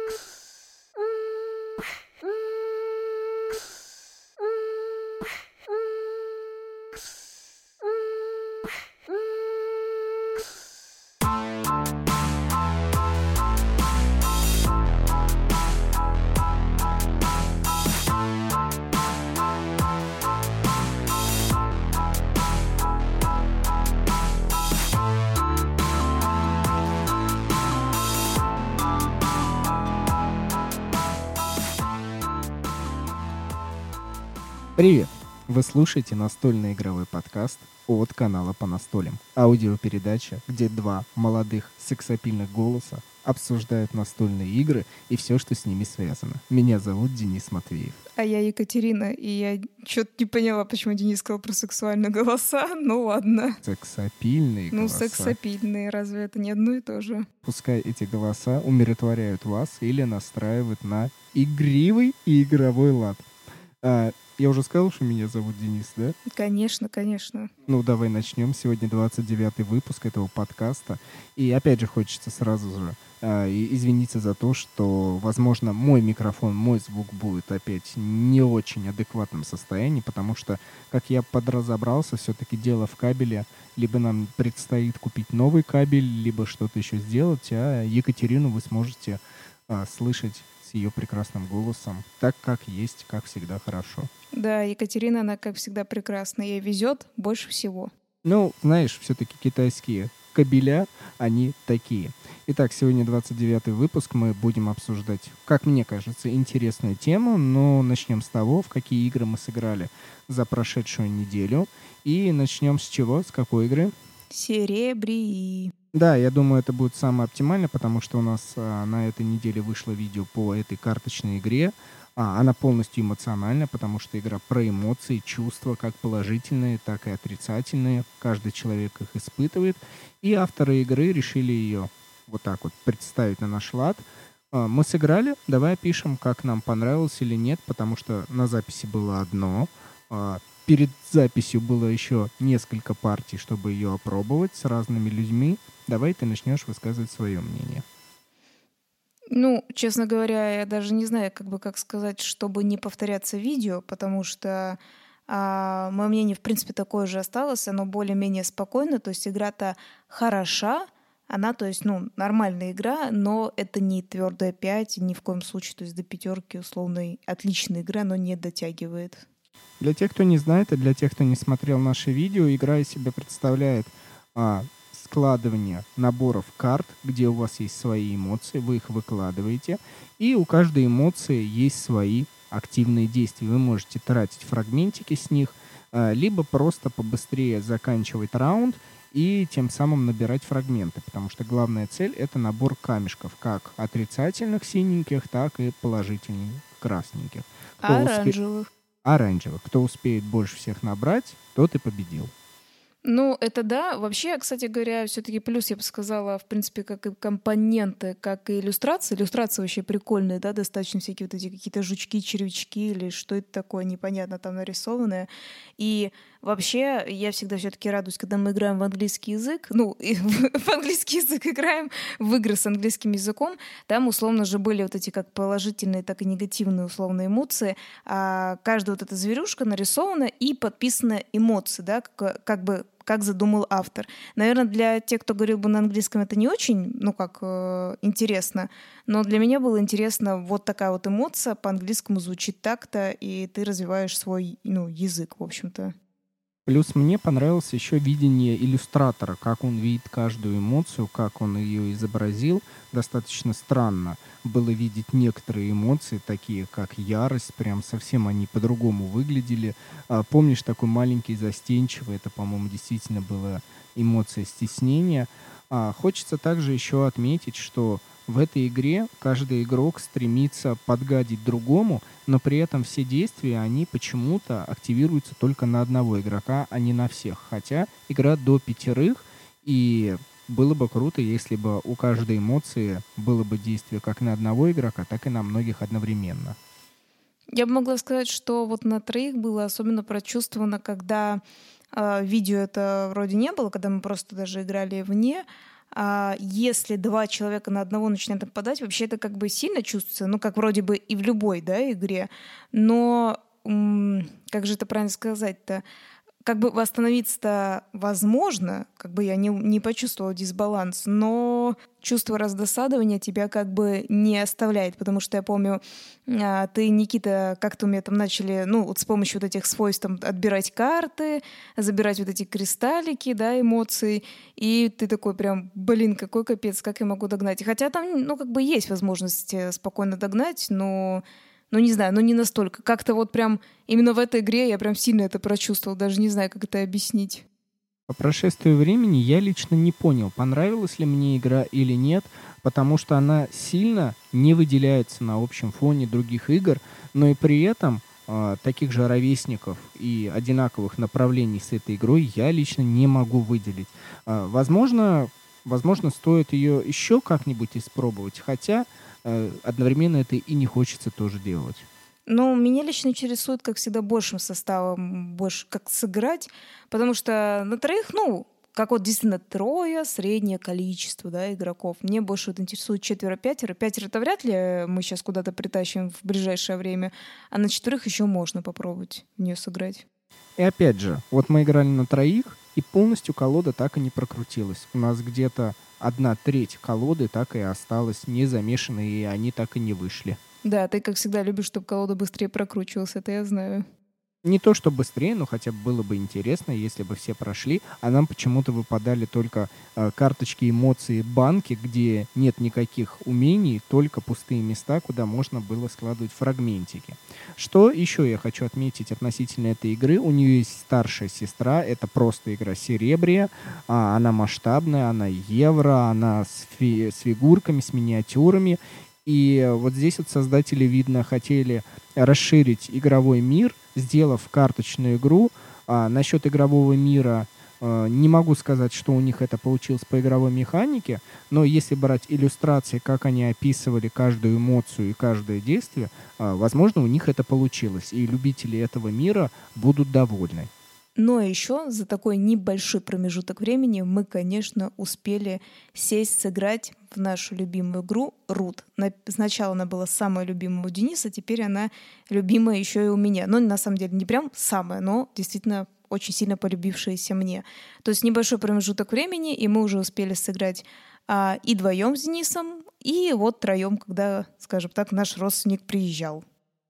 Привет! Вы слушаете настольный игровой подкаст от канала по настолям. Аудиопередача, где два молодых сексапильных голоса обсуждают настольные игры и все, что с ними связано. Меня зовут Денис Матвеев. А я Екатерина, и я что-то не поняла, почему Денис сказал про сексуальные голоса. Ну ладно. Сексапильные голоса. Сексапильные, разве это не одно и то же? Пускай эти голоса умиротворяют вас или настраивают на игривый и игровой лад. Я уже сказал, что меня зовут Денис, да? Конечно, конечно. Ну, давай начнем. Сегодня 29-й выпуск этого подкаста. И опять же хочется сразу же извиниться за то, что, возможно, мой микрофон, мой звук будет опять не очень адекватном состоянии, потому что, как я подразобрался, все-таки дело в кабеле. Либо нам предстоит купить новый кабель, либо что-то еще сделать, а Екатерину вы сможете слышать с ее прекрасным голосом, так как есть, как всегда, хорошо. Да, Екатерина, она, как всегда, прекрасна. Ей везет больше всего. Ну, знаешь, все-таки китайские кабеля, они такие. Итак, сегодня 29-й выпуск. Мы будем обсуждать, как мне кажется, интересную тему, но начнем с того, в какие игры мы сыграли за прошедшую неделю. И начнем с чего? С какой игры? Серебряи. Да, я думаю, это будет самое оптимальное, потому что у нас на этой неделе вышло видео по этой карточной игре. Она полностью эмоциональна, потому что игра про эмоции, чувства, как положительные, так и отрицательные. Каждый человек их испытывает. И авторы игры решили ее вот так вот представить на наш лад. Мы сыграли, давай опишем, как нам понравилось или нет, потому что на записи было одно. Перед записью было еще несколько партий, чтобы ее опробовать с разными людьми. Давай ты начнешь высказывать свое мнение. Ну, честно говоря, я даже не знаю, как сказать, чтобы не повторяться видео, потому что мое мнение, в принципе, такое же осталось, оно более-менее спокойно, то есть игра-то хороша, она, то есть, нормальная игра, но это не твердая 5, ни в коем случае, то есть до 5 условной отличной игры оно не дотягивает. Для тех, кто не знает, и для тех, кто не смотрел наши видео, игра из себя представляет складывание наборов карт, где у вас есть свои эмоции, вы их выкладываете, и у каждой эмоции есть свои активные действия. Вы можете тратить фрагментики с них, либо просто побыстрее заканчивать раунд и тем самым набирать фрагменты, потому что главная цель — это набор камешков, как отрицательных синеньких, так и положительных красненьких. Оранжевых. Кто успеет больше всех набрать, тот и победил. Ну, это да. Вообще, кстати говоря, все-таки плюс, я бы сказала, в принципе, как и компоненты, как и иллюстрации. Иллюстрации вообще прикольные, да, достаточно всякие вот эти какие-то жучки, червячки или что это такое, непонятно там нарисованное. И вообще, я всегда все-таки радуюсь, когда мы играем в английский язык. В английский язык играем, в игры с английским языком. Там, условно же, были вот эти как положительные, так и негативные условные эмоции. Каждая вот эта зверюшка нарисована и подписана эмоции, да, как задумал автор. Наверное, для тех, кто говорил бы на английском, это не очень, интересно, но для меня было интересно вот такая вот эмоция по-английскому звучит так-то, и ты развиваешь свой, язык, в общем-то. Плюс мне понравилось еще видение иллюстратора, как он видит каждую эмоцию, как он ее изобразил. Достаточно странно было видеть некоторые эмоции, такие как ярость, прям совсем они по-другому выглядели. Помнишь, такой маленький застенчивый, это, по-моему, действительно была эмоция стеснения. Хочется также еще отметить, что в этой игре каждый игрок стремится подгадить другому, но при этом все действия, они почему-то активируются только на одного игрока, а не на всех. Хотя игра до 5, и было бы круто, если бы у каждой эмоции было бы действие как на одного игрока, так и на многих одновременно. Я бы могла сказать, что вот на 3 было особенно прочувствовано, когда видео это вроде не было, когда мы просто даже играли вне, если два человека на одного начинают нападать, вообще это как бы сильно чувствуется, ну, как вроде бы и в любой, да, игре, но как же это правильно сказать-то? Как бы восстановиться-то возможно, как бы я не почувствовала дисбаланс, но чувство раздосадования тебя как бы не оставляет, потому что я помню, ты, Никита, как-то у меня там начали, ну, вот с помощью вот этих свойств там, отбирать карты, забирать вот эти кристаллики, да, эмоций, и ты такой прям, блин, какой капец, как я могу догнать? Хотя там, ну, как бы есть возможность спокойно догнать, но... Ну, не знаю, но не настолько. Как-то вот прям именно в этой игре я прям сильно это прочувствовал. Даже не знаю, как это объяснить. По прошествию времени я лично не понял, понравилась ли мне игра или нет, потому что она сильно не выделяется на общем фоне других игр, но и при этом таких же ровесников и одинаковых направлений с этой игрой я лично не могу выделить. Возможно, стоит ее еще как-нибудь испробовать, хотя одновременно это и не хочется тоже делать. Ну, меня лично интересует, как всегда, большим составом, больше как сыграть, потому что на троих, ну, как вот действительно трое, среднее количество, да, игроков. Мне больше вот интересует 4-5. 5 это вряд ли мы сейчас куда-то притащим в ближайшее время, а на 4 еще можно попробовать в нее сыграть. И опять же, вот мы играли на троих, и полностью колода так и не прокрутилась. У нас где-то 1/3 колоды так и осталась не замешанной, и они так и не вышли. Да, ты, как всегда, любишь, чтобы колода быстрее прокручивалась, это я знаю. Не то что быстрее, но хотя бы было бы интересно, если бы все прошли, а нам почему-то выпадали только карточки эмоций банки, где нет никаких умений, только пустые места, куда можно было складывать фрагментики. Что еще я хочу отметить относительно этой игры? У нее есть старшая сестра, это просто игра серебрия, она масштабная, она евро, она с фигурками, с миниатюрами. И вот здесь вот создатели, видно, хотели расширить игровой мир, сделав карточную игру. Насчет игрового мира не могу сказать, что у них это получилось по игровой механике, но если брать иллюстрации, как они описывали каждую эмоцию и каждое действие, возможно, у них это получилось, и любители этого мира будут довольны. Но еще за такой небольшой промежуток времени мы, конечно, успели сесть, сыграть в нашу любимую игру Root. Сначала она была самая любимая у Дениса, теперь она любимая еще и у меня. Но на самом деле не прям самая, но действительно очень сильно полюбившаяся мне. То есть небольшой промежуток времени, и мы уже успели сыграть и вдвоем с Денисом, и вот троем, когда, скажем так, наш родственник приезжал.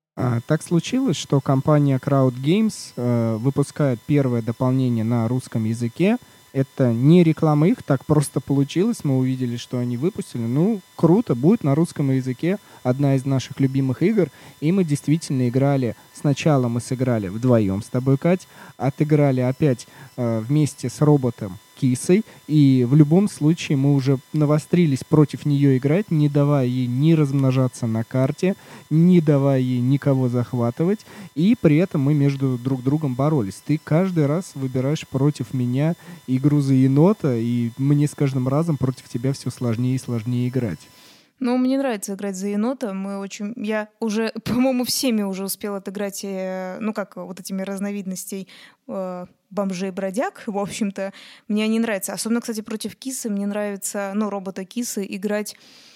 Так случилось, что компания Crowd Games выпускает первое дополнение на русском языке. Это не реклама их, так просто получилось. Мы увидели, что они выпустили. Ну, круто, будет на русском языке. Одна из наших любимых игр. И мы действительно играли. Сначала мы сыграли вдвоем с тобой, Кать. Отыграли опять вместе с роботом Кисой. И в любом случае мы уже навострились против нее играть, не давая ей ни размножаться на карте, не давая ей никого захватывать. И при этом мы между друг другом боролись. Ты каждый раз выбираешь против меня игру за енота, и мне с каждым разом против тебя все сложнее и сложнее играть. Ну, мне нравится играть за енота. Я уже, по-моему, всеми уже успела отыграть, ну, как вот этими разновидностей бомжей-бродяг, в общем-то. Мне они нравятся. Особенно, кстати, против кисы. Мне нравится, ну, робота кисы играть.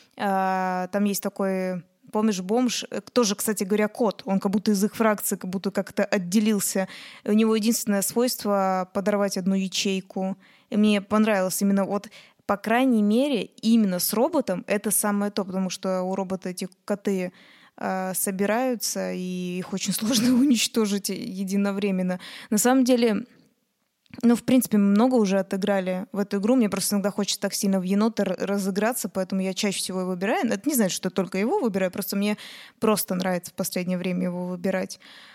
Там есть такой... Помнишь, бомж, тоже, кстати говоря, кот. Он как будто из их фракции, как будто как-то отделился. У него единственное свойство — подорвать одну ячейку. И мне понравилось именно вот, по крайней мере, именно с роботом это самое то, потому что у робота эти коты собираются, и их очень сложно уничтожить единовременно. На самом деле... Ну, в принципе, мы много уже отыграли в эту игру. Мне просто иногда хочется так сильно в енота разыграться, поэтому я чаще всего его выбираю. Это не значит, что только его выбираю, просто мне просто нравится в последнее время его выбирать.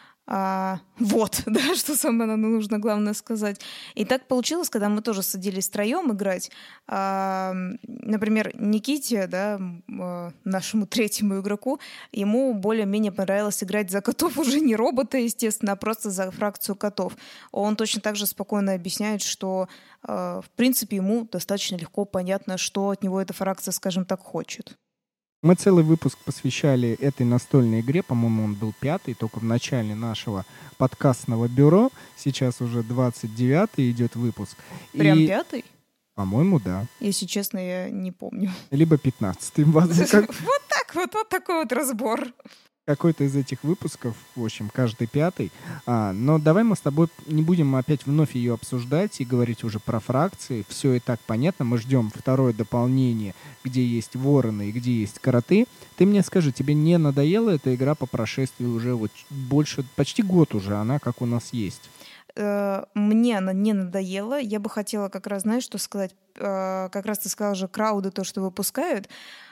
Вот, да, что самое нужно, главное сказать. И так получилось, когда мы тоже садились втроем играть. Например, Никите, да, нашему третьему игроку, ему более-менее понравилось играть за котов, уже не робота, естественно, а просто за фракцию котов. Он точно так же спокойно объясняет, что, в принципе, ему достаточно легко понятно, что от него эта фракция, скажем так, хочет. Мы целый выпуск посвящали этой настольной игре, по-моему, он был 5-й, только в начале нашего подкастного бюро. Сейчас уже 29-й идет выпуск. Прям 5-й? По-моему, да. Если честно, я не помню. Либо 15-й. Вот так вот такой вот разбор. Какой-то из этих выпусков, в общем, каждый пятый. Но давай мы с тобой не будем опять вновь ее обсуждать и говорить уже про фракции. Все и так понятно. Мы ждем второе дополнение, где есть вороны и где есть кроты. Ты мне скажи, тебе не надоела эта игра по прошествии уже вот больше, почти год уже она как у нас есть? Мне она не надоела. Я бы хотела как раз, знаешь, что сказать? Как раз ты сказала же, крауды то, что выпускают.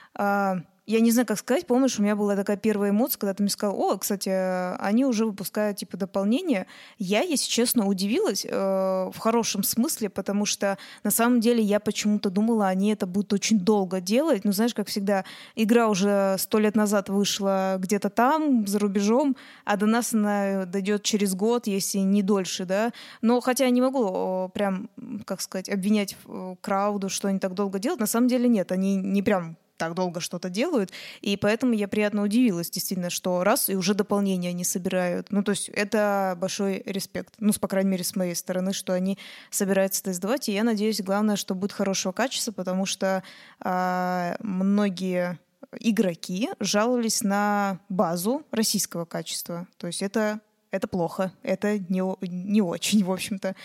Я не знаю, как сказать. Помнишь, у меня была такая первая эмоция, когда ты мне сказал, кстати, они уже выпускают типа дополнение. Я, если честно, удивилась в хорошем смысле, потому что на самом деле я почему-то думала, они это будут очень долго делать. Ну, знаешь, как всегда, игра уже 100 лет назад вышла где-то там, за рубежом, а до нас она дойдет через год, если не дольше, да. Но хотя я не могу прям, как сказать, обвинять крауду, что они так долго делают. На самом деле нет, они не прям так долго что-то делают, и поэтому я приятно удивилась, действительно, что раз, и уже дополнение они собирают. Ну, то есть это большой респект, ну, по крайней мере, с моей стороны, что они собираются это издавать, и я надеюсь, главное, что будет хорошего качества, потому что многие игроки жаловались на базу российского качества, то есть это плохо, это не очень, в общем-то.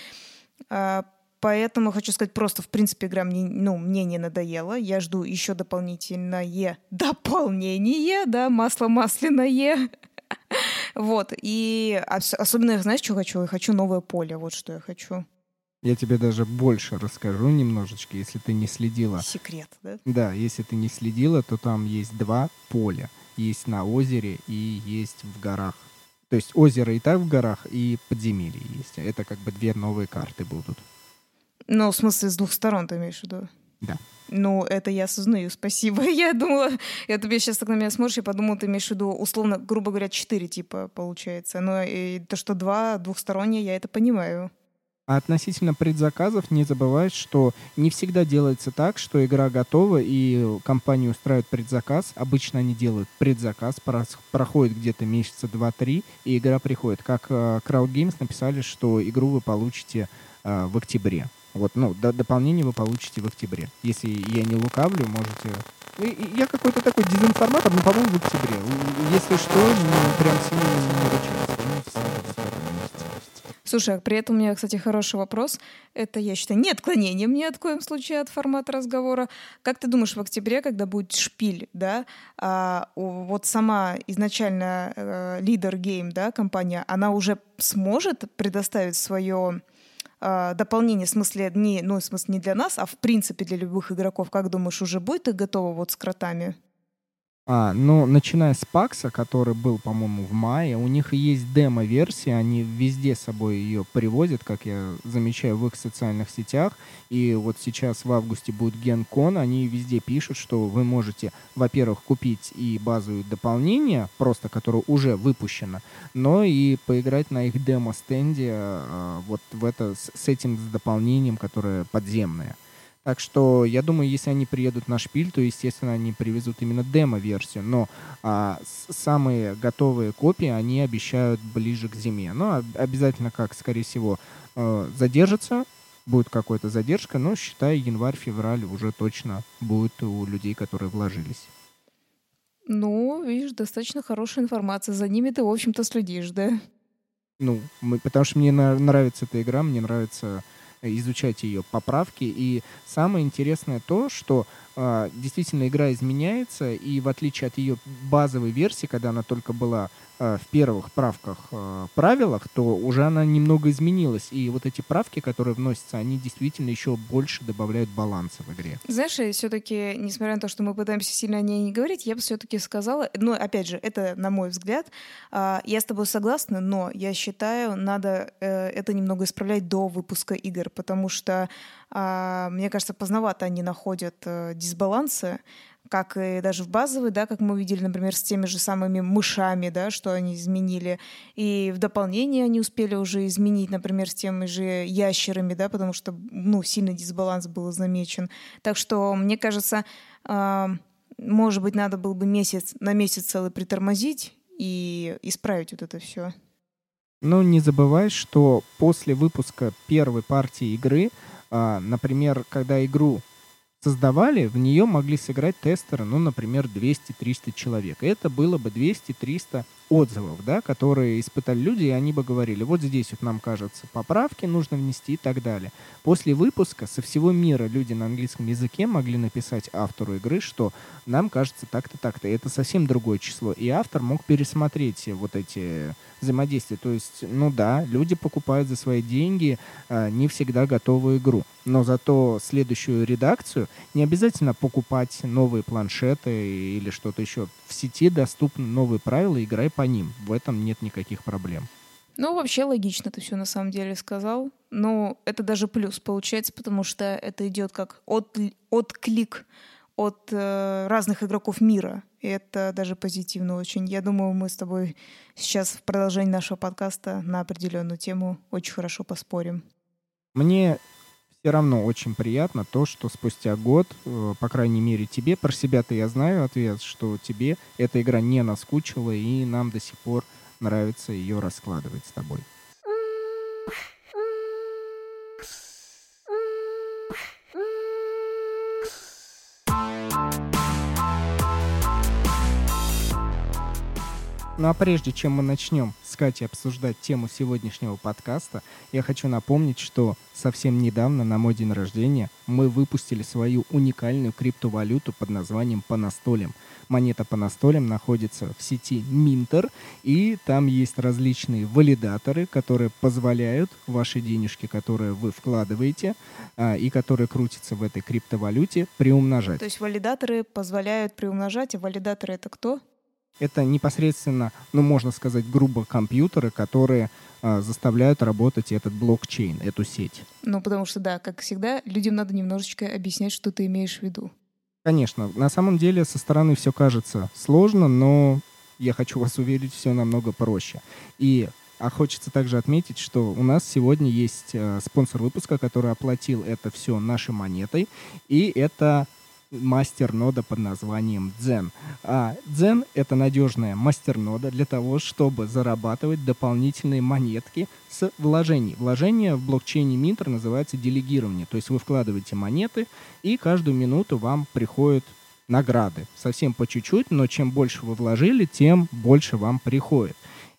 Поэтому хочу сказать, просто, в принципе, игра мне не надоела. Я жду еще дополнительное дополнение, да, масло масляное. Вот, и особенно, знаешь, что хочу? Я хочу новое поле, вот что я хочу. Я тебе даже больше расскажу немножечко, если ты не следила. Секрет, да? Да, если ты не следила, то там есть 2 поля. Есть на озере и есть в горах. То есть озеро и так в горах, и подземелье есть. Это как бы 2 новые карты будут. Ну, в смысле, с 2 сторон ты имеешь в виду? Да. Ну, это я осознаю, спасибо. Я думала, я тебе сейчас так на меня смотришь, я подумала, ты имеешь в виду, условно, грубо говоря, 4 типа получается. Но и то, что 2 двухсторонние, я это понимаю. А относительно предзаказов не забывай, что не всегда делается так, что игра готова и компания устраивает предзаказ. Обычно они делают предзаказ, проходит где-то месяца 2-3, и игра приходит. Как Crowd Games написали, что игру вы получите в октябре. Вот, дополнение вы получите в октябре. Если я не лукавлю, можете... Я какой-то такой дезинформатор, но, по-моему, в октябре. Если что, прям сильно не ручаюсь. Слушай, а при этом у меня, кстати, хороший вопрос. Это, я считаю, не отклонением ни в коем случае от формата разговора. Как ты думаешь, в октябре, когда будет шпиль, да, вот сама изначально лидер гейм, да, компания, она уже сможет предоставить свое дополнение, в смысле, не для нас, а в принципе для любых игроков? Как думаешь, уже будет их готово вот с кротами? Начиная с Пакса, который был, по-моему, в мае, у них есть демо-версия, они везде с собой ее привозят, как я замечаю в их социальных сетях, и вот сейчас в августе будет GenCon, они везде пишут, что вы можете, во-первых, купить и базовое дополнение, просто которое уже выпущено, но и поиграть на их демо-стенде вот с этим дополнением, которое подземное. Так что я думаю, если они приедут на шпиль, то, естественно, они привезут именно демо-версию. Но самые готовые копии они обещают ближе к зиме. Но обязательно, скорее всего, задержится. Будет какая-то задержка. Но, считай, январь-февраль уже точно будет у людей, которые вложились. Ну, видишь, достаточно хорошая информация. За ними ты, в общем-то, следишь, да? Потому что мне нравится эта игра, мне нравится изучать ее поправки. И самое интересное то, что действительно игра изменяется, и в отличие от ее базовой версии, когда она только была в первых правилах, то уже она немного изменилась. И вот эти правки, которые вносятся, они действительно еще больше добавляют баланса в игре. Знаешь, все-таки, несмотря на то, что мы пытаемся сильно о ней не говорить, я бы все-таки сказала, опять же, это на мой взгляд, я с тобой согласна, но я считаю, надо это немного исправлять до выпуска игр, потому что, мне кажется, поздновато они находят дисбалансы, как и даже в базовой, да, как мы увидели, например, с теми же самыми мышами, да, что они изменили. И в дополнение они успели уже изменить, например, с теми же ящерами, да, потому что, сильный дисбаланс был замечен. Так что, мне кажется, может быть, надо было бы на месяц целый притормозить и исправить вот это все. Но не забывай, что после выпуска первой партии игры Например, когда игру создавали, в нее могли сыграть тестеры, ну, например, 200-300 человек. И это было бы 200-300 отзывов, да, которые испытали люди, и они бы говорили, вот здесь вот нам кажется поправки нужно внести и так далее. После выпуска со всего мира люди на английском языке могли написать автору игры, что нам кажется так-то, так-то. И это совсем другое число. И автор мог пересмотреть вот эти взаимодействия. То есть, ну да, люди покупают за свои деньги не всегда готовую игру. Но зато следующую редакцию не обязательно покупать новые планшеты или что-то еще. В сети доступны новые правила, играй по ним. В этом нет никаких проблем. Ну, вообще логично ты все на самом деле сказал. Но это даже плюс получается, потому что это идет как отклик от разных игроков мира. И это даже позитивно очень. Я думаю, мы с тобой сейчас в продолжении нашего подкаста на определенную тему очень хорошо поспорим. Мне все равно очень приятно то, что спустя год, по крайней мере тебе, про себя-то я знаю ответ, что тебе эта игра не наскучила, и нам до сих пор нравится ее раскладывать с тобой. Ну а прежде чем мы начнем с Катей обсуждать тему сегодняшнего подкаста, я хочу напомнить, что совсем недавно, на мой день рождения, мы выпустили свою уникальную криптовалюту под названием по настолям. Монета по настолям находится в сети Minter, и там есть различные валидаторы, которые позволяют ваши денежки, которые вы вкладываете и которые крутятся в этой криптовалюте, приумножать. То есть валидаторы позволяют приумножать, а валидаторы — это кто? Это непосредственно, ну, можно сказать, грубо, компьютеры, которые заставляют работать этот блокчейн, эту сеть. Ну, потому что, да, как всегда, людям надо немножечко объяснять, что ты имеешь в виду. Конечно, на самом деле со стороны все кажется сложно, но я хочу вас уверить, все намного проще. Хочется также отметить, что у нас сегодня есть спонсор выпуска, который оплатил это все нашей монетой, и это мастернода под названием Дзен. Дзен — это надежная мастернода для того, чтобы зарабатывать дополнительные монетки с вложений. Вложение в блокчейне Minter называется делегирование. То есть вы вкладываете монеты, и каждую минуту вам приходят награды. Совсем по чуть-чуть, но чем больше вы вложили, тем больше вам приходит.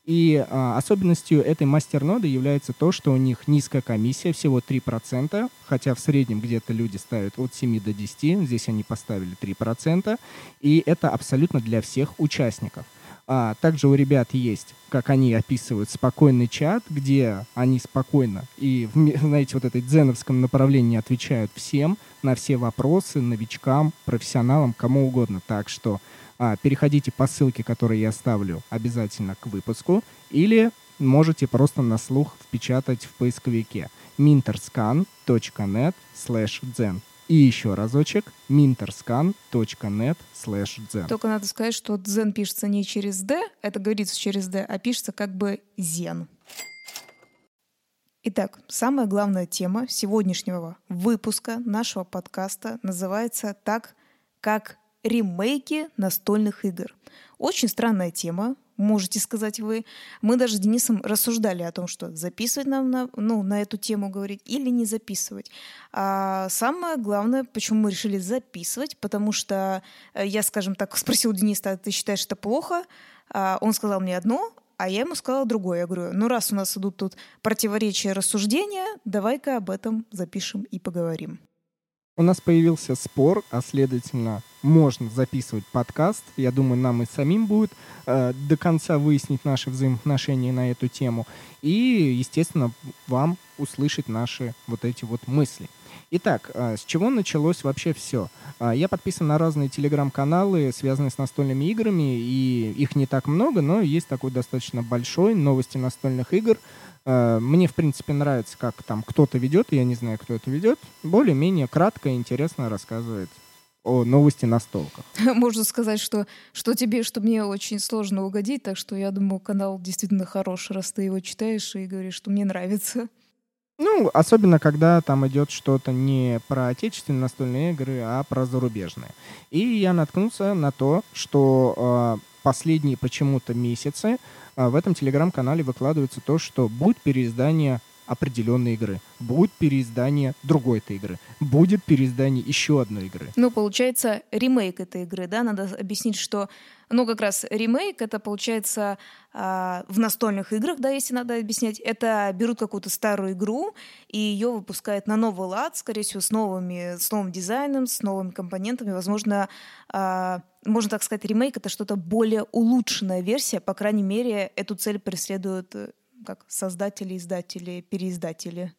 И особенностью этой мастерноды является то, что у них низкая комиссия, всего 3%, хотя в среднем где-то люди ставят от 7 до 10, здесь они поставили 3%, и это абсолютно для всех участников. Также у ребят есть, как они описывают, спокойный чат, где они спокойно и, знаете, вот этой дзеновском направлении отвечают всем на все вопросы, новичкам, профессионалам, кому угодно. Так что переходите по ссылке, которую я оставлю обязательно к выпуску, или можете просто на слух впечатать в поисковике minterscan.net/zen. И еще разочек minterscan.net/zen. Только надо сказать, что дзен пишется не через «д», это говорится через «д», а пишется как бы «зен». Итак, самая главная тема сегодняшнего выпуска нашего подкаста называется так, как ремейки настольных игр. Очень странная тема, можете сказать вы. Мы даже с Денисом рассуждали о том, что записывать нам на эту тему говорить или не записывать. А самое главное, почему мы решили записывать, потому что я, скажем так, спросила Дениса: ты считаешь это плохо? Он сказал мне одно, а я ему сказала другое. Я говорю: ну раз у нас идут тут противоречия, рассуждения, давай-ка об этом запишем и поговорим. У нас появился спор, а следовательно, можно записывать подкаст. Я думаю, нам и самим будет до конца выяснить наши взаимоотношения на эту тему. И, естественно, вам услышать наши вот эти вот мысли. Итак, с чего началось вообще все? Я подписан на разные телеграм-каналы, связанные с настольными играми, и их не так много, но есть такой достаточно большой новости настольных игр. Мне, в принципе, нравится, как там кто-то ведет, я не знаю, кто это ведет, более-менее кратко и интересно рассказывает о новости настолках. Можно сказать, что тебе, что мне очень сложно угодить, так что я думаю, канал действительно хороший, раз ты его читаешь и говоришь, что мне нравится. Ну, особенно, когда там идет что-то не про отечественные настольные игры, а про зарубежные. И я наткнулся на то, что последние почему-то месяцы в этом телеграм-канале выкладывается то, что будет переиздание определенной игры. Будет переиздание другой-то игры. Будет переиздание еще одной игры. Ну, получается, ремейк этой игры, да? Надо объяснить, что, ну, как раз ремейк, это получается в настольных играх, да, если надо объяснять, это берут какую-то старую игру и ее выпускают на новый лад, скорее всего, с новым дизайном, с новыми компонентами. Возможно, можно так сказать, ремейк — это что-то более улучшенная версия. По крайней мере, эту цель преследуют как создатели, издатели, переиздатели.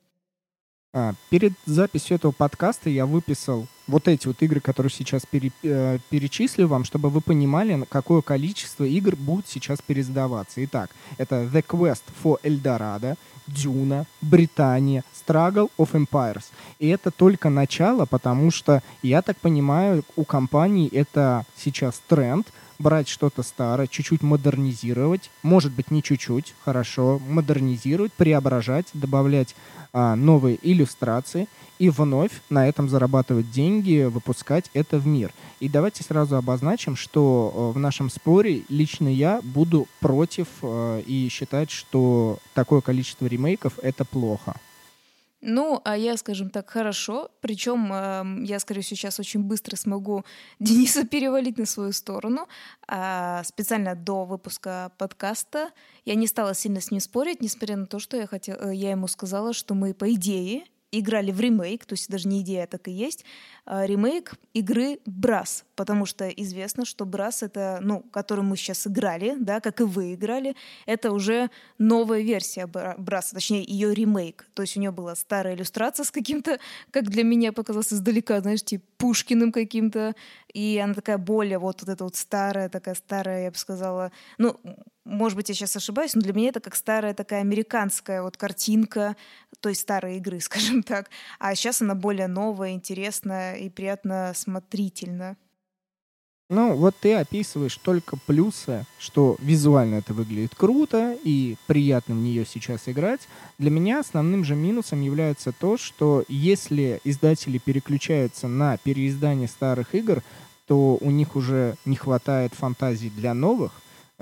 Перед записью этого подкаста я выписал вот эти вот игры, которые сейчас перечислю вам, чтобы вы понимали, какое количество игр будет сейчас переиздаваться. Итак, это The Quest for Eldorado, Duna, Британия, Struggle of Empires. И это только начало, потому что, я так понимаю, у компаний это сейчас тренд брать что-то старое, чуть-чуть модернизировать, может быть, не чуть-чуть, хорошо, модернизировать, преображать, добавлять новые иллюстрации и вновь на этом зарабатывать деньги, выпускать это в мир. И давайте сразу обозначим, что в нашем споре лично я буду против и считать, что такое количество ремейков — это плохо. Ну, а я, скажем так, хорошо. Причем я, скорее всего, сейчас очень быстро смогу Дениса перевалить на свою сторону. Специально до выпуска подкаста я не стала сильно с ним спорить, несмотря на то, что я ему сказала, что мы, по идее, играли в ремейк, то есть даже не идея, так и есть, ремейк игры Brass, потому что известно, что Brass — это, которую мы сейчас играли, да, как и вы играли, это уже новая версия Brass, точнее, ее ремейк. То есть у нее была старая иллюстрация с каким-то, как для меня показалось издалека, знаешь, типа Пушкиным каким-то, и она такая более вот эта вот старая, я бы сказала, может быть, я сейчас ошибаюсь, но для меня это как старая такая американская вот картинка той старой игры, скажем так. А сейчас она более новая, интересная и приятно смотрительна. Вот ты описываешь только плюсы, что визуально это выглядит круто и приятно в нее сейчас играть. Для меня основным же минусом является то, что если издатели переключаются на переиздание старых игр, то у них уже не хватает фантазии для новых.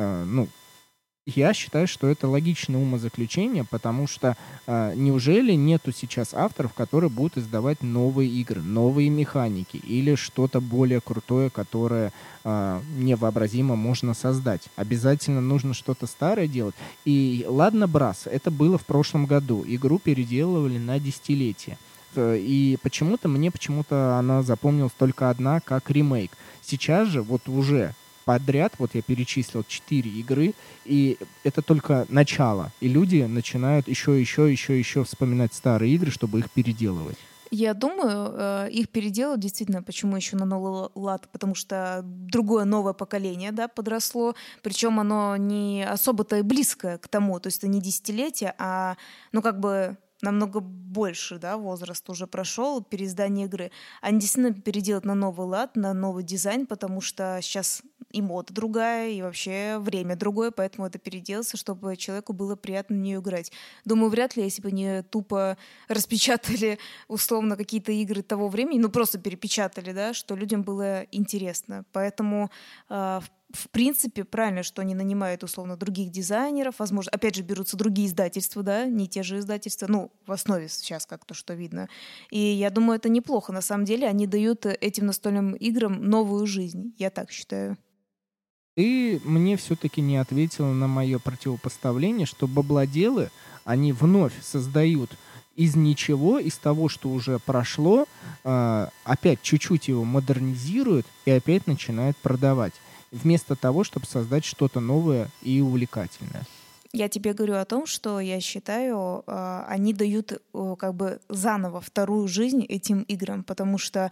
Я считаю, что это логичное умозаключение, потому что неужели нету сейчас авторов, которые будут издавать новые игры, новые механики или что-то более крутое, которое невообразимо можно создать? Обязательно нужно что-то старое делать. И ладно, Brass, это было в прошлом году. Игру переделывали на десятилетие. И почему-то она запомнилась только одна как ремейк. Сейчас же вот уже подряд, вот я перечислил 4 игры, и это только начало. И люди начинают еще вспоминать старые игры, чтобы их переделывать. Я думаю, их переделают действительно, почему еще на новый лад, потому что другое новое поколение, да, подросло, причем оно не особо-то и близкое к тому, то есть это не десятилетие, а, намного больше, да, возраст уже прошел, переиздание игры. Они действительно переделают на новый лад, на новый дизайн, потому что сейчас и мода другая, и вообще время другое, поэтому это переделается, чтобы человеку было приятно в нее играть. Думаю, вряд ли, если бы не тупо распечатали условно какие-то игры того времени, просто перепечатали, да, что людям было интересно. Поэтому в принципе, правильно, что они нанимают, условно, других дизайнеров, возможно, опять же, берутся другие издательства, да, не те же издательства, в основе сейчас как-то, что видно. И я думаю, это неплохо. На самом деле, они дают этим настольным играм новую жизнь, я так считаю. Ты мне все-таки не ответила на мое противопоставление, что бабладелы, они вновь создают из ничего, из того, что уже прошло, опять чуть-чуть его модернизируют и опять начинают продавать, вместо того, чтобы создать что-то новое и увлекательное. Я тебе говорю о том, что я считаю, они дают заново вторую жизнь этим играм, потому что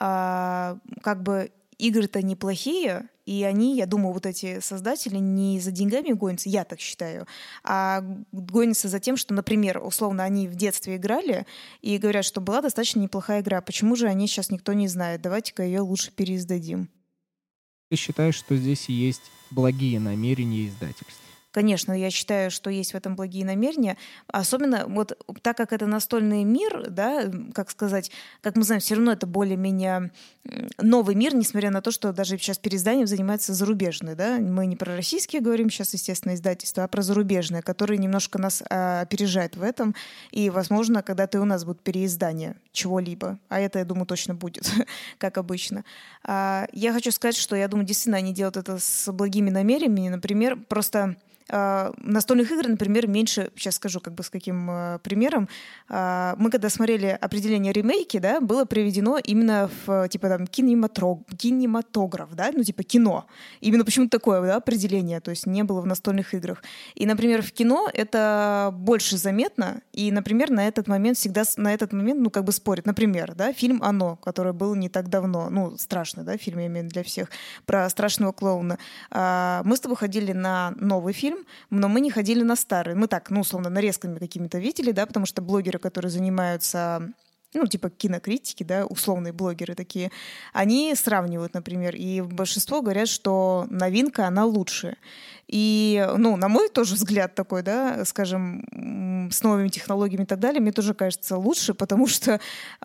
игры-то неплохие, и они, я думаю, вот эти создатели не за деньгами гонятся, я так считаю, а гонятся за тем, что, например, условно, они в детстве играли и говорят, что была достаточно неплохая игра. Почему же они сейчас никто не знает? Давайте-ка ее лучше переиздадим. Ты считаешь, что здесь есть благие намерения издательств? Конечно, я считаю, что есть в этом благие намерения. Особенно вот так как это настольный мир, да, как сказать, как мы знаем, все равно это более-менее новый мир, несмотря на то, что даже сейчас переизданием занимаются зарубежные. Да? Мы не про российские говорим сейчас, естественно, издательства, а про зарубежные, которые немножко нас опережают в этом. И, возможно, когда-то и у нас будут переиздания чего-либо. А это, я думаю, точно будет, как обычно. Я хочу сказать, что я думаю, действительно, они делают это с благими намерениями. Например, просто настольных игр, например, меньше, сейчас скажу, как бы с каким примером. Мы когда смотрели определение ремейки, да, было приведено именно в типа там кинематограф, да, ну типа кино. Именно почему-то такое, да, определение, то есть не было в настольных играх. И, например, в кино это больше заметно, и, например, на этот момент, ну, как бы спорят. Например, да, фильм «Оно», который был не так давно, ну, страшный, да, фильм, я имею в виду для всех, про страшного клоуна. Мы с тобой ходили на новый фильм, но мы не ходили на старый. Мы так, ну, условно, нарезками какими-то видели, да, потому что блогеры, которые занимаются, ну, типа кинокритики, да, условные блогеры такие, они сравнивают, например, и большинство говорят, что новинка, она лучше. И, ну, на мой тоже взгляд такой, да, скажем, с новыми технологиями и так далее, мне тоже кажется лучше, потому что,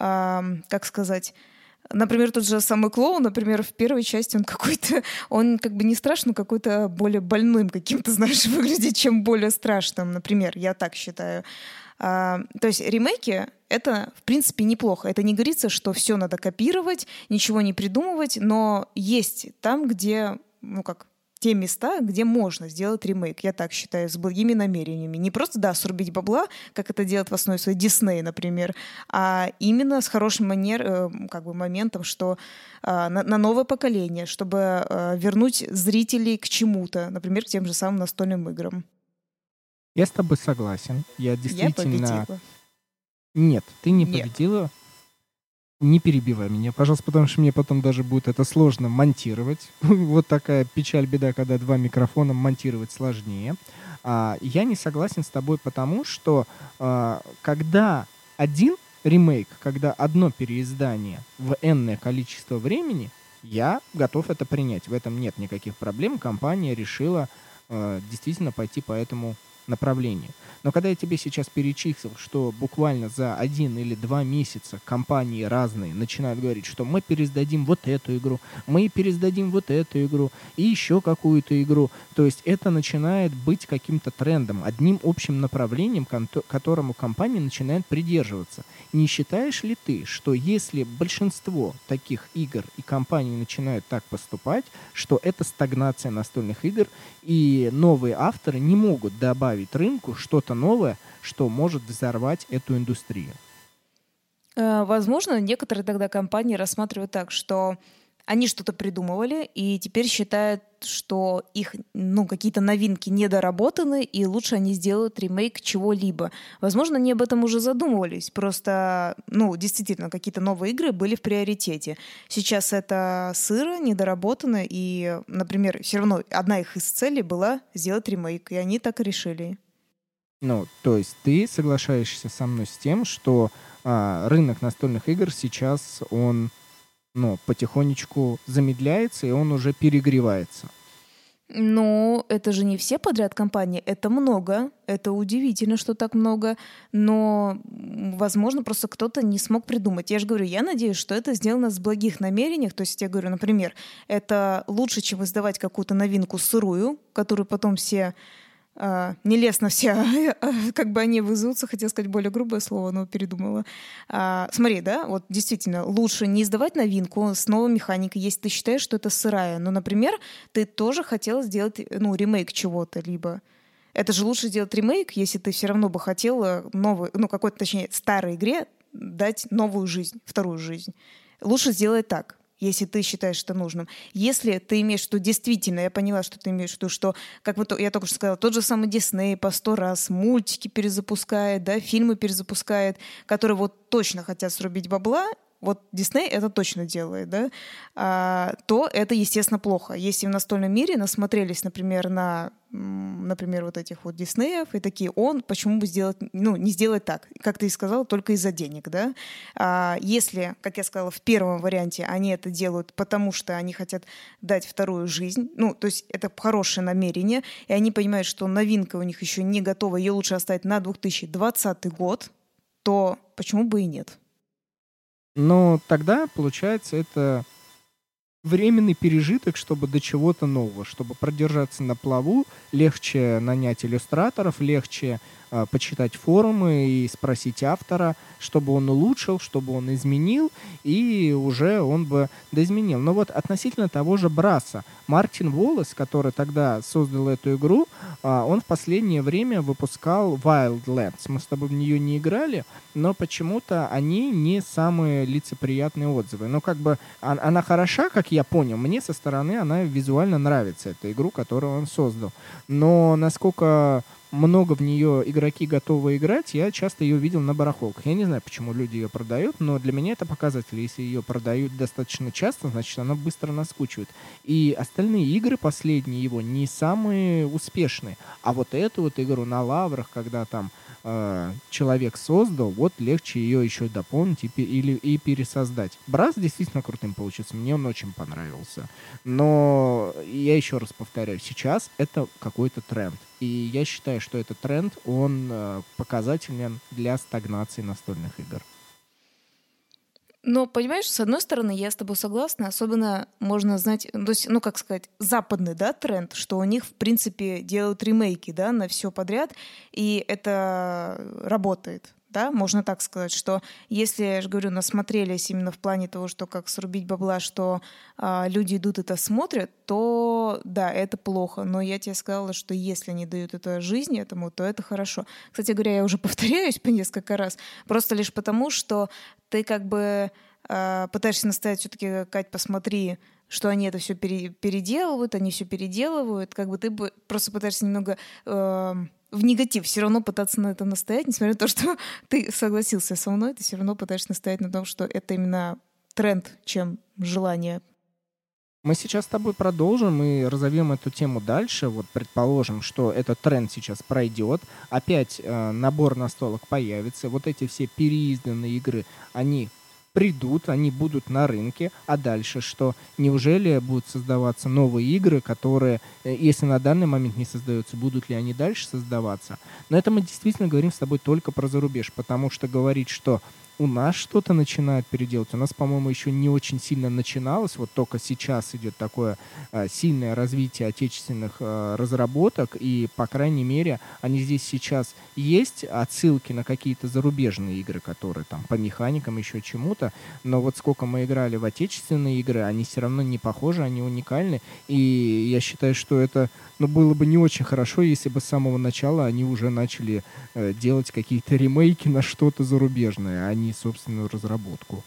как сказать... Например, тот же самый клоун, например, в первой части он как бы не страшный, какой-то более больным каким-то, знаешь, выглядит, чем более страшным, например, я так считаю. То есть ремейки — это, в принципе, неплохо. Это не говорится, что все надо копировать, ничего не придумывать, но есть там, где, ну как, те места, где можно сделать ремейк, я так считаю, с благими намерениями. Не просто, да, срубить бабла, как это делает в основе своей Дисней, например, а именно с хорошим как бы моментом, что на новое поколение, чтобы вернуть зрителей к чему-то, например, к тем же самым настольным играм. Я с тобой согласен. Я действительно... Я победила. Нет, ты не Нет. победила. Не перебивай меня, пожалуйста, потому что мне потом даже будет это сложно монтировать. Вот такая печаль, беда, когда два микрофона монтировать сложнее. Я не согласен с тобой потому, что когда один ремейк, когда одно переиздание в энное количество времени, я готов это принять. В этом нет никаких проблем. Компания решила действительно пойти по этому направлению. Но когда я тебе сейчас перечислил, что буквально за 1 или 2 месяца компании разные начинают говорить, что мы пересдадим вот эту игру, мы пересдадим вот эту игру и еще какую-то игру, то есть это начинает быть каким-то трендом, одним общим направлением, которому компания начинает придерживаться. Не считаешь ли ты, что если большинство таких игр и компаний начинают так поступать, что это стагнация настольных игр, и новые авторы не могут добавить рынку что-то новое, что может взорвать эту индустрию? Возможно, некоторые тогда компании рассматривают так, что они что-то придумывали и теперь считают, что их, ну, какие-то новинки недоработаны, и лучше они сделают ремейк чего-либо. Возможно, они об этом уже задумывались, просто, ну, действительно, какие-то новые игры были в приоритете. Сейчас это сыро, недоработано, и, например, все равно одна их из целей была сделать ремейк, и они так и решили. Ну, то есть ты соглашаешься со мной с тем, что рынок настольных игр сейчас, он, ну, потихонечку замедляется, и он уже перегревается. Но это же не все подряд компании, это много, это удивительно, что так много, но, возможно, просто кто-то не смог придумать. Я же говорю, я надеюсь, что это сделано с благих намерениях, то есть я говорю, например, это лучше, чем издавать какую-то новинку сырую, которую потом все... нелестно все, как бы они вызовутся, хотела сказать более грубое слово, но передумала. Смотри, да, вот действительно, лучше не издавать новинку с новой механикой, если ты считаешь, что это сырая. Но, например, ты тоже хотела сделать, ну, ремейк чего-то, либо... Это же лучше сделать ремейк, если ты все равно бы хотела новый, ну, какой-то, точнее, старой игре дать новую жизнь, вторую жизнь. Лучше сделать так, если ты считаешь это нужным. Если ты имеешь в виду действительно, я поняла, что ты имеешь в виду, что, как я только что сказала, тот же самый Дисней по 100 раз мультики перезапускает, да, фильмы перезапускает, которые вот точно хотят срубить бабла, вот Дисней это точно делает, да, то это, естественно, плохо. Если в настольном мире насмотрелись, например, например, вот этих вот Диснеев, и такие, почему бы не сделать так, как ты и сказала, только из-за денег, да? Если, как я сказала, в первом варианте они это делают, потому что они хотят дать вторую жизнь, то есть это хорошее намерение, и они понимают, что новинка у них еще не готова, ее лучше оставить на 2020 год, то почему бы и нет? Но тогда, получается, это временный пережиток, чтобы до чего-то нового, чтобы продержаться на плаву, легче нанять иллюстраторов, легче почитать форумы и спросить автора, чтобы он улучшил, чтобы он изменил, и уже он бы доизменил. Но вот относительно того же Браса, Мартин Воллес, который тогда создал эту игру, он в последнее время выпускал Wildlands. Мы с тобой в нее не играли, но почему-то они не самые лицеприятные отзывы. Но как бы она хороша, как я понял, мне со стороны она визуально нравится, эту игру, которую он создал. Но насколько много в нее игроки готовы играть, я часто ее видел на барахолках. Я не знаю, почему люди ее продают, но для меня это показатель. Если ее продают достаточно часто, значит, она быстро наскучивает. И остальные игры, последние его, не самые успешные. А вот эту вот игру на лаврах, когда там человек создал, вот легче ее еще дополнить и пересоздать. Брас действительно крутым получился, мне он очень понравился. Но я еще раз повторяю, сейчас это какой-то тренд. И я считаю, что этот тренд, он показателен для стагнации настольных игр. Но, понимаешь, с одной стороны, я с тобой согласна, особенно можно знать, то есть, как сказать, западный, да, тренд, что у них, в принципе, делают ремейки, да, на все подряд, и это работает. Да, можно так сказать, что если, я же говорю, насмотрелись именно в плане того, что как срубить бабла, что люди идут это смотрят, то да, это плохо. Но я тебе сказала, что если они дают это жизни этому, то это хорошо. Кстати говоря, я уже повторяюсь по несколько раз, просто лишь потому, что ты как бы пытаешься наставить все-таки, Кать, посмотри, что они это все переделывают, как бы ты просто пытаешься немного в негатив все равно пытаться на это настоять, несмотря на то, что ты согласился со мной, ты все равно пытаешься настоять на том, что это именно тренд, чем желание. Мы сейчас с тобой продолжим и разовьем эту тему дальше. Вот предположим, что этот тренд сейчас пройдет, опять набор настолок появится, вот эти все переизданные игры, они придут, они будут на рынке, а дальше что? Неужели будут создаваться новые игры, которые, если на данный момент не создаются, будут ли они дальше создаваться? Но это мы действительно говорим с тобой только про зарубеж, потому что говорить, что у нас что-то начинают переделать. У нас, по-моему, еще не очень сильно начиналось. Вот только сейчас идет такое сильное развитие отечественных разработок. И, по крайней мере, они здесь сейчас есть отсылки на какие-то зарубежные игры, которые там по механикам, еще чему-то. Но вот сколько мы играли в отечественные игры, они все равно не похожи, они уникальны. И я считаю, что это было бы не очень хорошо, если бы с самого начала они уже начали делать какие-то ремейки на что-то зарубежное, а не собственную разработку.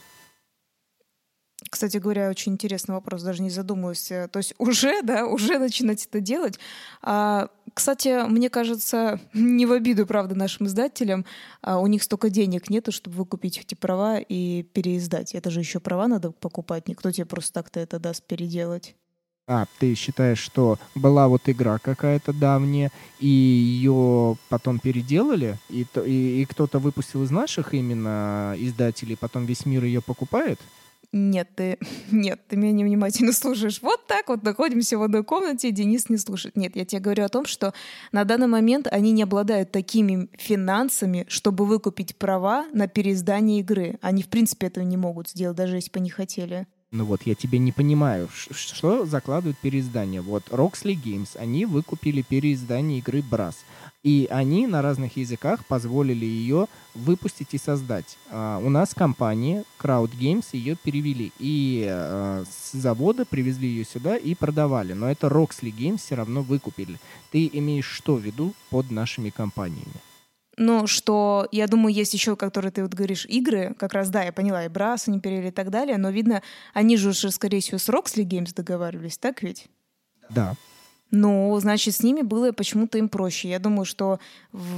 Кстати говоря, очень интересный вопрос, даже не задумывался. То есть уже начинать это делать. Кстати, мне кажется, не в обиду, правда, нашим издателям, у них столько денег нету, чтобы выкупить эти права и переиздать. Это же еще права надо покупать, никто тебе просто так-то это даст переделать. Ты считаешь, что была вот игра какая-то давняя, и ее потом переделали, и кто-то выпустил из наших именно издателей, потом весь мир ее покупает? Нет, ты меня невнимательно слушаешь. Вот так вот находимся в одной комнате, Денис не слушает. Нет, я тебе говорю о том, что на данный момент они не обладают такими финансами, чтобы выкупить права на переиздание игры. Они, в принципе, этого не могут сделать, даже если бы они хотели. Ну вот, я тебя не понимаю, что закладывают переиздание. Вот Roxley Games, они выкупили переиздание игры Brass. И они на разных языках позволили ее выпустить и создать. У нас компания Crowd Games ее перевели. И с завода привезли ее сюда и продавали. Но это Roxley Games все равно выкупили. Ты имеешь что в виду под нашими компаниями? Ну, что, я думаю, есть еще, которые ты вот говоришь, игры, как раз, да, я поняла, и Brass они перевели и так далее, но, видно, они же уже, скорее всего, с Roxley Games договаривались, так ведь? Да. Ну, значит, с ними было почему-то им проще. Я думаю, что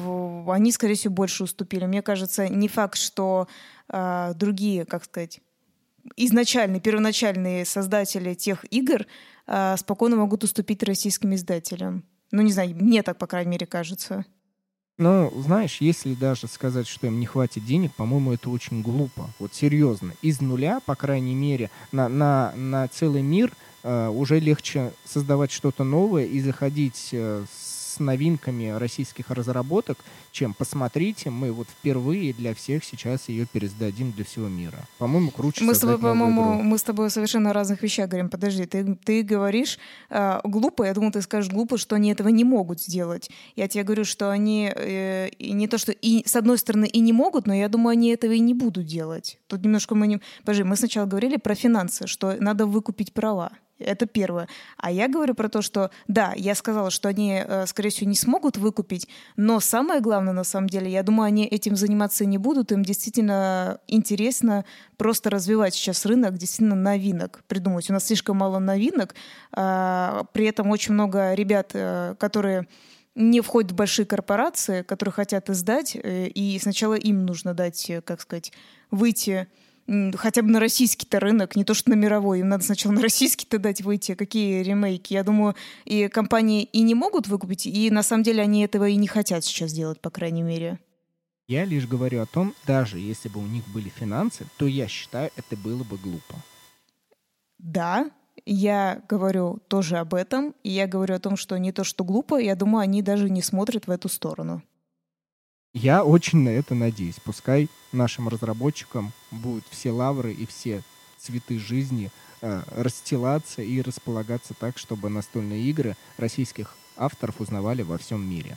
они, скорее всего, больше уступили. Мне кажется, не факт, что другие, как сказать, изначальные, первоначальные создатели тех игр спокойно могут уступить российским издателям. Ну, не знаю, мне так, по крайней мере, кажется. Ну, знаешь, если даже сказать, что им не хватит денег, по-моему, это очень глупо. Вот серьезно. Из нуля, по крайней мере, на целый мир уже легче создавать что-то новое и заходить с новинками российских разработок, чем посмотрите, мы вот впервые для всех сейчас ее пересдадим для всего мира. По-моему, круче Мы с тобой, создать новую по-моему, игру. мы с тобой совершенно о разных вещах говорим. Подожди, ты говоришь глупо, я думаю, ты скажешь глупо, что они этого не могут сделать. Я тебе говорю, что они и не то, что и с одной стороны и не могут, но я думаю, они этого и не будут делать. Тут немножко мы не... Подожди, мы сначала говорили про финансы, что надо выкупить права. Это первое. А я говорю про то, что да, я сказала, что они, скорее всего, не смогут выкупить, но самое главное, на самом деле, я думаю, они этим заниматься не будут. Им действительно интересно просто развивать сейчас рынок действительно новинок, придумать. У нас слишком мало новинок, при этом очень много ребят, которые не входят в большие корпорации, которые хотят издать, и сначала им нужно дать, как сказать, выйти хотя бы на российский-то рынок, не то что на мировой. Им надо сначала на российский-то дать выйти. Какие ремейки? Я думаю, и компании и не могут выкупить, и на самом деле они этого и не хотят сейчас делать, по крайней мере. Я лишь говорю о том, даже если бы у них были финансы, то я считаю, это было бы глупо. Да, я говорю тоже об этом, и я говорю о том, что не то что глупо, я думаю, они даже не смотрят в эту сторону. Я очень на это надеюсь. Пускай нашим разработчикам будут все лавры и все цветы жизни расстилаться и располагаться так, чтобы настольные игры российских авторов узнавали во всем мире.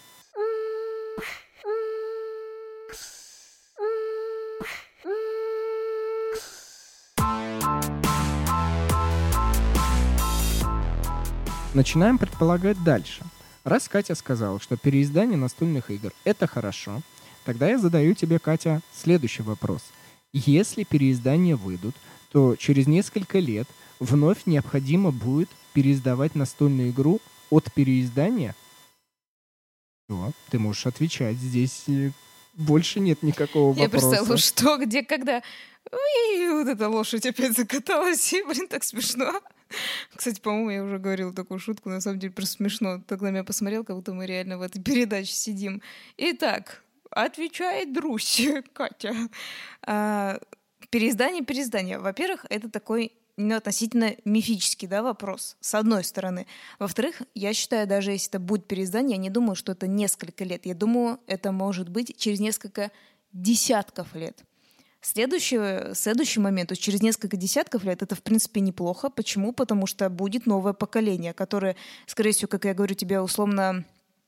Начинаем предполагать дальше. Раз Катя сказала, что переиздание настольных игр — это хорошо, тогда я задаю тебе, Катя, следующий вопрос. Если переиздания выйдут, то через несколько лет вновь необходимо будет переиздавать настольную игру от переиздания? Что? Ты можешь отвечать. Здесь больше нет никакого вопроса. Я представила, что, где, когда. Ой, вот эта лошадь опять закаталась, и, блин, так смешно. Кстати, по-моему, я уже говорила такую шутку, на самом деле просто смешно. Так на меня посмотрел, как будто мы реально в этой передаче сидим. Итак, отвечает Друсь, Катя. Переиздание. Во-первых, это такой относительно мифический, да, вопрос, с одной стороны. Во-вторых, я считаю, даже если это будет переиздание, я не думаю, что это несколько лет. Я думаю, это может быть через несколько десятков лет. Следующий момент, то есть через несколько десятков лет, это, в принципе, неплохо. Почему? Потому что будет новое поколение, которое, скорее всего, как я говорю тебе, условно,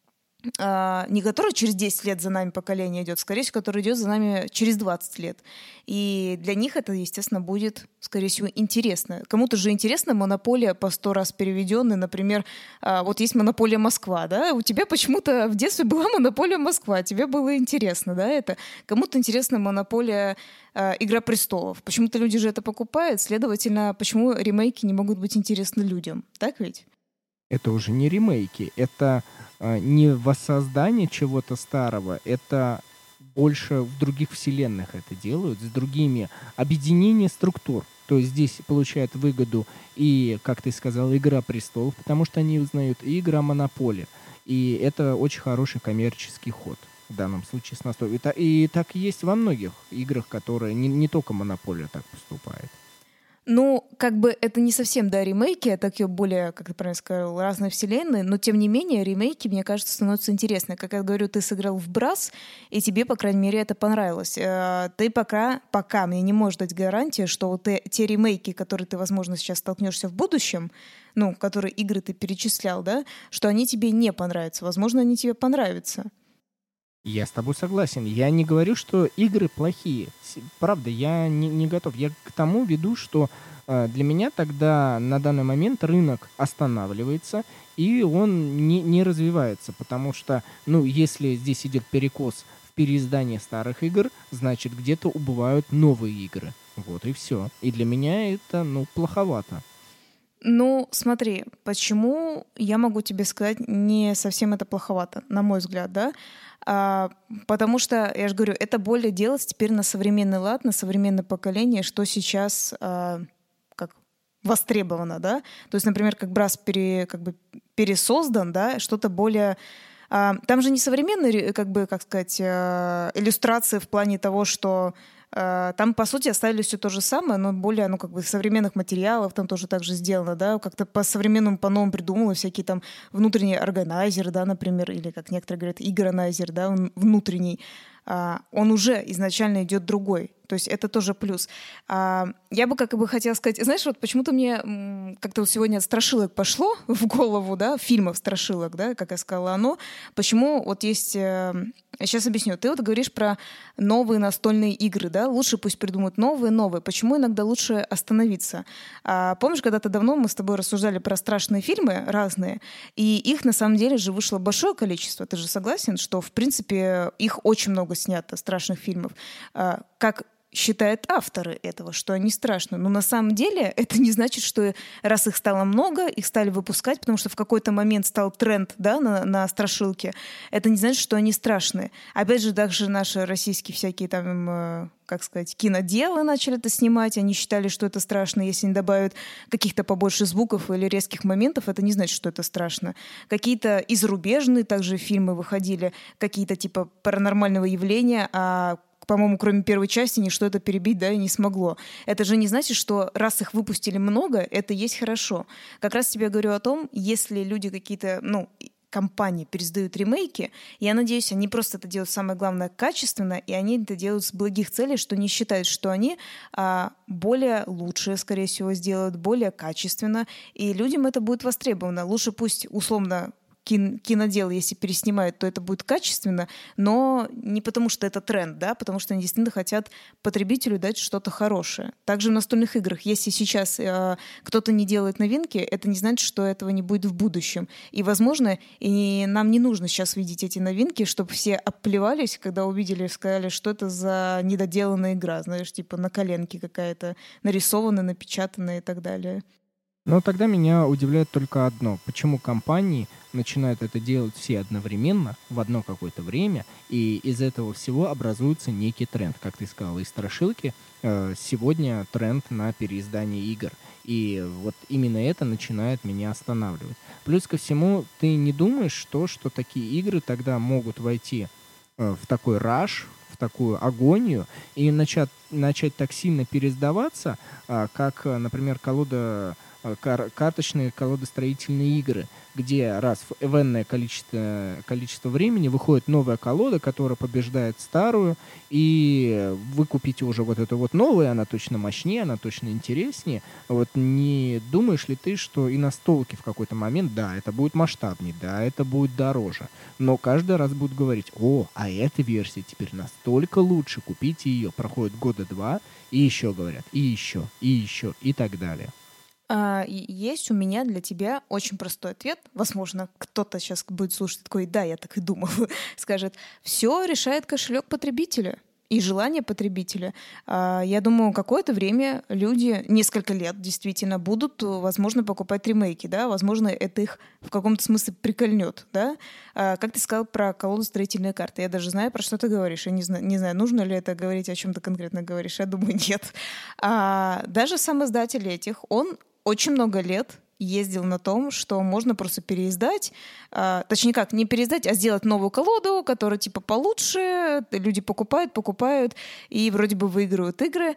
не которое через 10 лет за нами поколение идет, скорее всего, которое идет за нами через 20 лет. И для них это, естественно, будет, скорее всего, интересно. Кому-то же интересна монополия по 100 раз переведенная. Например, вот есть монополия Москва, да? У тебя почему-то в детстве была монополия Москва, тебе было интересно, да, это? Кому-то интересна монополия Игра престолов. Почему-то люди же это покупают, следовательно, почему ремейки не могут быть интересны людям? Так ведь? Это уже не ремейки, это не воссоздание чего-то старого, это больше в других вселенных это делают, с другими объединение структур. То есть здесь получает выгоду и, как ты сказал, «Игра престолов», потому что они узнают, и «Игра Монополия». И это очень хороший коммерческий ход в данном случае с настолкой. И так есть во многих играх, которые не только «Монополия» так поступает. Ну, как бы это не совсем, да, ремейки, а такие более, как ты правильно сказал, разные вселенные, но тем не менее ремейки, мне кажется, становятся интересны. Как я говорю, ты сыграл в Брас, и тебе, по крайней мере, это понравилось. Ты пока мне не можешь дать гарантии, что вот те ремейки, которые ты, возможно, сейчас столкнешься в будущем, ну, которые игры ты перечислял, да, что они тебе не понравятся. Возможно, они тебе понравятся. Я с тобой согласен. Я не говорю, что игры плохие. Правда, я не готов. Я к тому веду, что для меня тогда на данный момент рынок останавливается, и он не развивается. Потому что, ну, если здесь идет перекос в переиздании старых игр, значит, где-то убывают новые игры. Вот и все. И для меня это, ну, плоховато. Ну, смотри, почему я могу тебе сказать, не совсем это плоховато, на мой взгляд, да? Потому что, я же говорю, это более делать теперь на современный лад, на современное поколение, что сейчас как востребовано, да? То есть, например, как Брас как бы пересоздан, да, что-то более... Там же не современные, как бы, как сказать, иллюстрации в плане того, что там, по сути, оставили все то же самое, но более, ну, как бы современных материалов там тоже так же сделано, да, как-то по-современному, по-новому придумала всякие там внутренние органайзеры, да, например, или, как некоторые говорят, игронайзер, да, внутренний. Он уже изначально идет другой. То есть это тоже плюс. Я бы как бы хотела сказать, знаешь, вот почему-то мне как-то вот сегодня от страшилок пошло в голову, да, фильмов страшилок, да, как я сказала, оно. Почему вот есть... Сейчас объясню. Ты вот говоришь про новые настольные игры, да? Лучше пусть придумают новые. Почему иногда лучше остановиться? Помнишь, когда-то давно мы с тобой рассуждали про страшные фильмы разные, и их на самом деле же вышло большое количество. Ты же согласен, что, в принципе, их очень много снято, страшных фильмов? Как считают авторы этого, что они страшны. Но на самом деле это не значит, что раз их стало много, их стали выпускать, потому что в какой-то момент стал тренд, да, на страшилки. Это не значит, что они страшные. Опять же, также наши российские всякие там, как сказать, киноделы начали это снимать. Они считали, что это страшно. Если не добавят каких-то побольше звуков или резких моментов, это не значит, что это страшно. Какие-то и зарубежные также фильмы выходили, какие-то типа паранормального явления, по-моему, кроме первой части, ничто это перебить, да, и не смогло. Это же не значит, что раз их выпустили много, это есть хорошо. Как раз тебе говорю о том, если люди какие-то, ну, компании пересдают ремейки, я надеюсь, они просто это делают, самое главное, качественно, и они это делают с благих целей, что не считают, что они более лучшее, скорее всего, сделают, более качественно, и людям это будет востребовано. Лучше пусть, условно, кинодел, если переснимают, то это будет качественно, но не потому, что это тренд, да, потому что они действительно хотят потребителю дать что-то хорошее. Также в настольных играх, если сейчас кто-то не делает новинки, это не значит, что этого не будет в будущем. И, возможно, и нам не нужно сейчас видеть эти новинки, чтобы все оплевались, когда увидели и сказали, что это за недоделанная игра, знаешь, типа на коленке какая-то нарисованная, напечатанная и так далее. Но тогда меня удивляет только одно. Почему компании начинают это делать все одновременно, в одно какое-то время, и из этого всего образуется некий тренд. Как ты сказал, из страшилки сегодня тренд на переиздание игр. И вот именно это начинает меня останавливать. Плюс ко всему, ты не думаешь, что такие игры тогда могут войти в такой раш, в такую агонию и начать так сильно переиздаваться, как, например, карточные колодостроительные игры, где раз в энное количество времени выходит новая колода, которая побеждает старую, и вы купите уже вот эту вот новую, она точно мощнее, она точно интереснее. Вот не думаешь ли ты, что и настолки в какой-то момент, да, это будет масштабнее, да, это будет дороже, но каждый раз будут говорить: а эта версия теперь настолько лучше, купите ее, проходит года два, и еще говорят, и еще, и так далее. Есть у меня для тебя очень простой ответ. Возможно, кто-то сейчас будет слушать такой: да, я так и думал, скажет: все решает кошелек потребителя и желание потребителя. Я думаю, какое-то время люди, несколько лет действительно, будут, возможно, покупать ремейки, да, возможно, это их в каком-то смысле прикольнет, да. Как ты сказал про колоду строительные карты, я даже знаю, про что ты говоришь, я не знаю, нужно ли это говорить, о чем ты конкретно говоришь, я думаю, нет. Даже сам издатель этих, он очень много лет ездил на том, что можно просто переиздать, точнее как, не переиздать, а сделать новую колоду, которая типа получше, люди покупают и вроде бы выигрывают игры,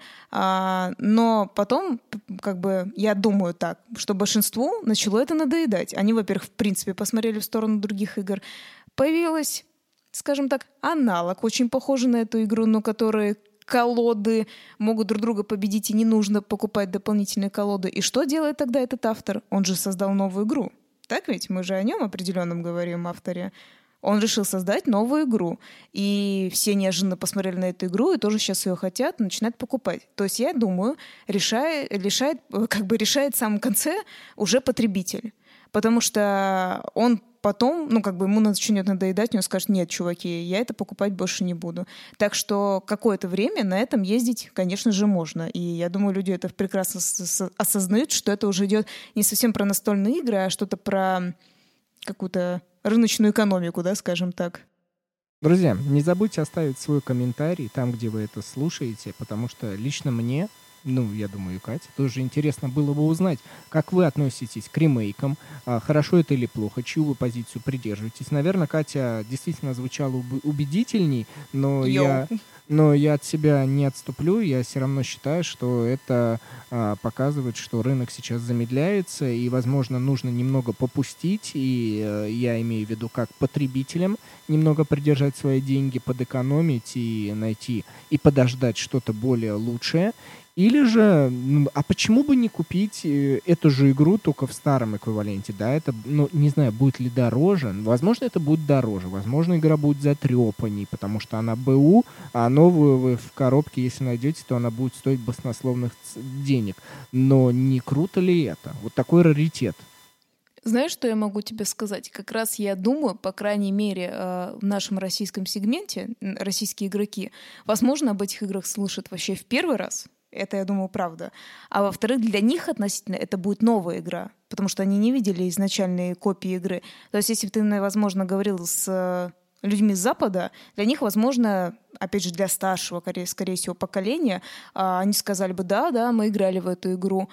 но потом, как бы, я думаю так, что большинству начало это надоедать. Они, во-первых, в принципе, посмотрели в сторону других игр. Появилась, скажем так, аналог, очень похожий на эту игру, но который колоды могут друг друга победить, и не нужно покупать дополнительные колоды. И что делает тогда этот автор? Он же создал новую игру. Так ведь? Мы же о нем определенном говорим, авторе. Он решил создать новую игру. И все неожиданно посмотрели на эту игру и тоже сейчас ее хотят, начинают покупать. То есть, я думаю, решает в самом конце уже потребитель. Потому что он потом, ему начнет надоедать, он скажет: нет, чуваки, я это покупать больше не буду. Так что какое-то время на этом ездить, конечно же, можно. И я думаю, люди это прекрасно осознают, что это уже идет не совсем про настольные игры, а что-то про какую-то рыночную экономику, да, скажем так. Друзья, не забудьте оставить свой комментарий там, где вы это слушаете, потому что лично мне, я думаю, и Кате, тоже интересно было бы узнать, как вы относитесь к ремейкам, хорошо это или плохо, чью вы позицию придерживаетесь. Наверное, Катя действительно звучала убедительней, но я от себя не отступлю, я все равно считаю, что это показывает, что рынок сейчас замедляется, и, возможно, нужно немного попустить, и я имею в виду как потребителям немного придержать свои деньги, подэкономить и найти, и подождать что-то более лучшее. Или же, а почему бы не купить эту же игру только в старом эквиваленте, да, это, не знаю, будет ли дороже, возможно, это будет дороже, возможно, игра будет затрепанней, потому что она БУ, а новую вы в коробке, если найдете, то она будет стоить баснословных денег, но не круто ли это? Вот такой раритет. Знаешь, что я могу тебе сказать? Как раз я думаю, по крайней мере, в нашем российском сегменте, российские игроки, возможно, об этих играх слышат вообще в первый раз. Это, я думаю, правда. А во-вторых, для них относительно это будет новая игра, потому что они не видели изначальные копии игры. То есть, если бы ты, возможно, говорил с людьми с Запада, для них, возможно, опять же, для старшего, скорее всего, поколения, они сказали бы: да, мы играли в эту игру.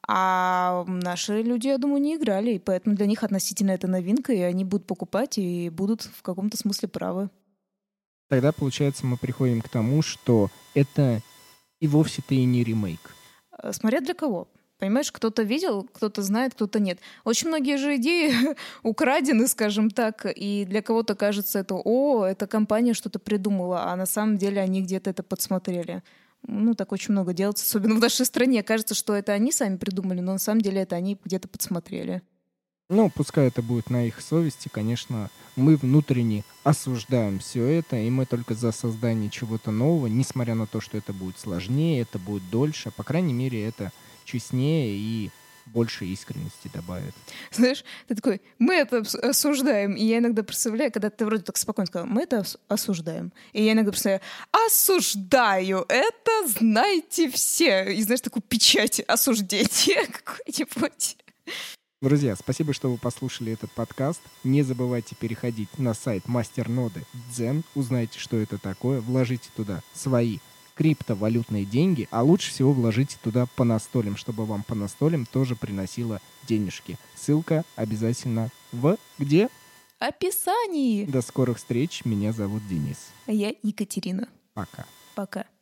А наши люди, я думаю, не играли, и поэтому для них относительно это новинка, и они будут покупать и будут в каком-то смысле правы. Тогда, получается, мы приходим к тому, что это и вовсе-то и не ремейк. Смотря для кого. Понимаешь, кто-то видел, кто-то знает, кто-то нет. Очень многие же идеи украдены, скажем так, и для кого-то кажется это: эта компания что-то придумала, а на самом деле они где-то это подсмотрели. Так очень много делается, особенно в нашей стране. Кажется, что это они сами придумали, но на самом деле это они где-то подсмотрели. Пускай это будет на их совести, конечно, мы внутренне осуждаем все это, и мы только за создание чего-то нового, несмотря на то, что это будет сложнее, это будет дольше, по крайней мере, это честнее и больше искренности добавит. Знаешь, ты такой: мы это осуждаем. И я иногда представляю, когда ты вроде так спокойно сказал: мы это осуждаем. И я иногда представляю: осуждаю, это знаете все. И знаешь, такую печать осуждения какой-нибудь. Друзья, спасибо, что вы послушали этот подкаст. Не забывайте переходить на сайт мастерноды Дзен, узнайте, что это такое, вложите туда свои криптовалютные деньги, а лучше всего вложите туда по настолям, чтобы вам по настолям тоже приносило денежки. Ссылка обязательно в где? Описании. До скорых встреч. Меня зовут Денис. А я Екатерина. Пока. Пока.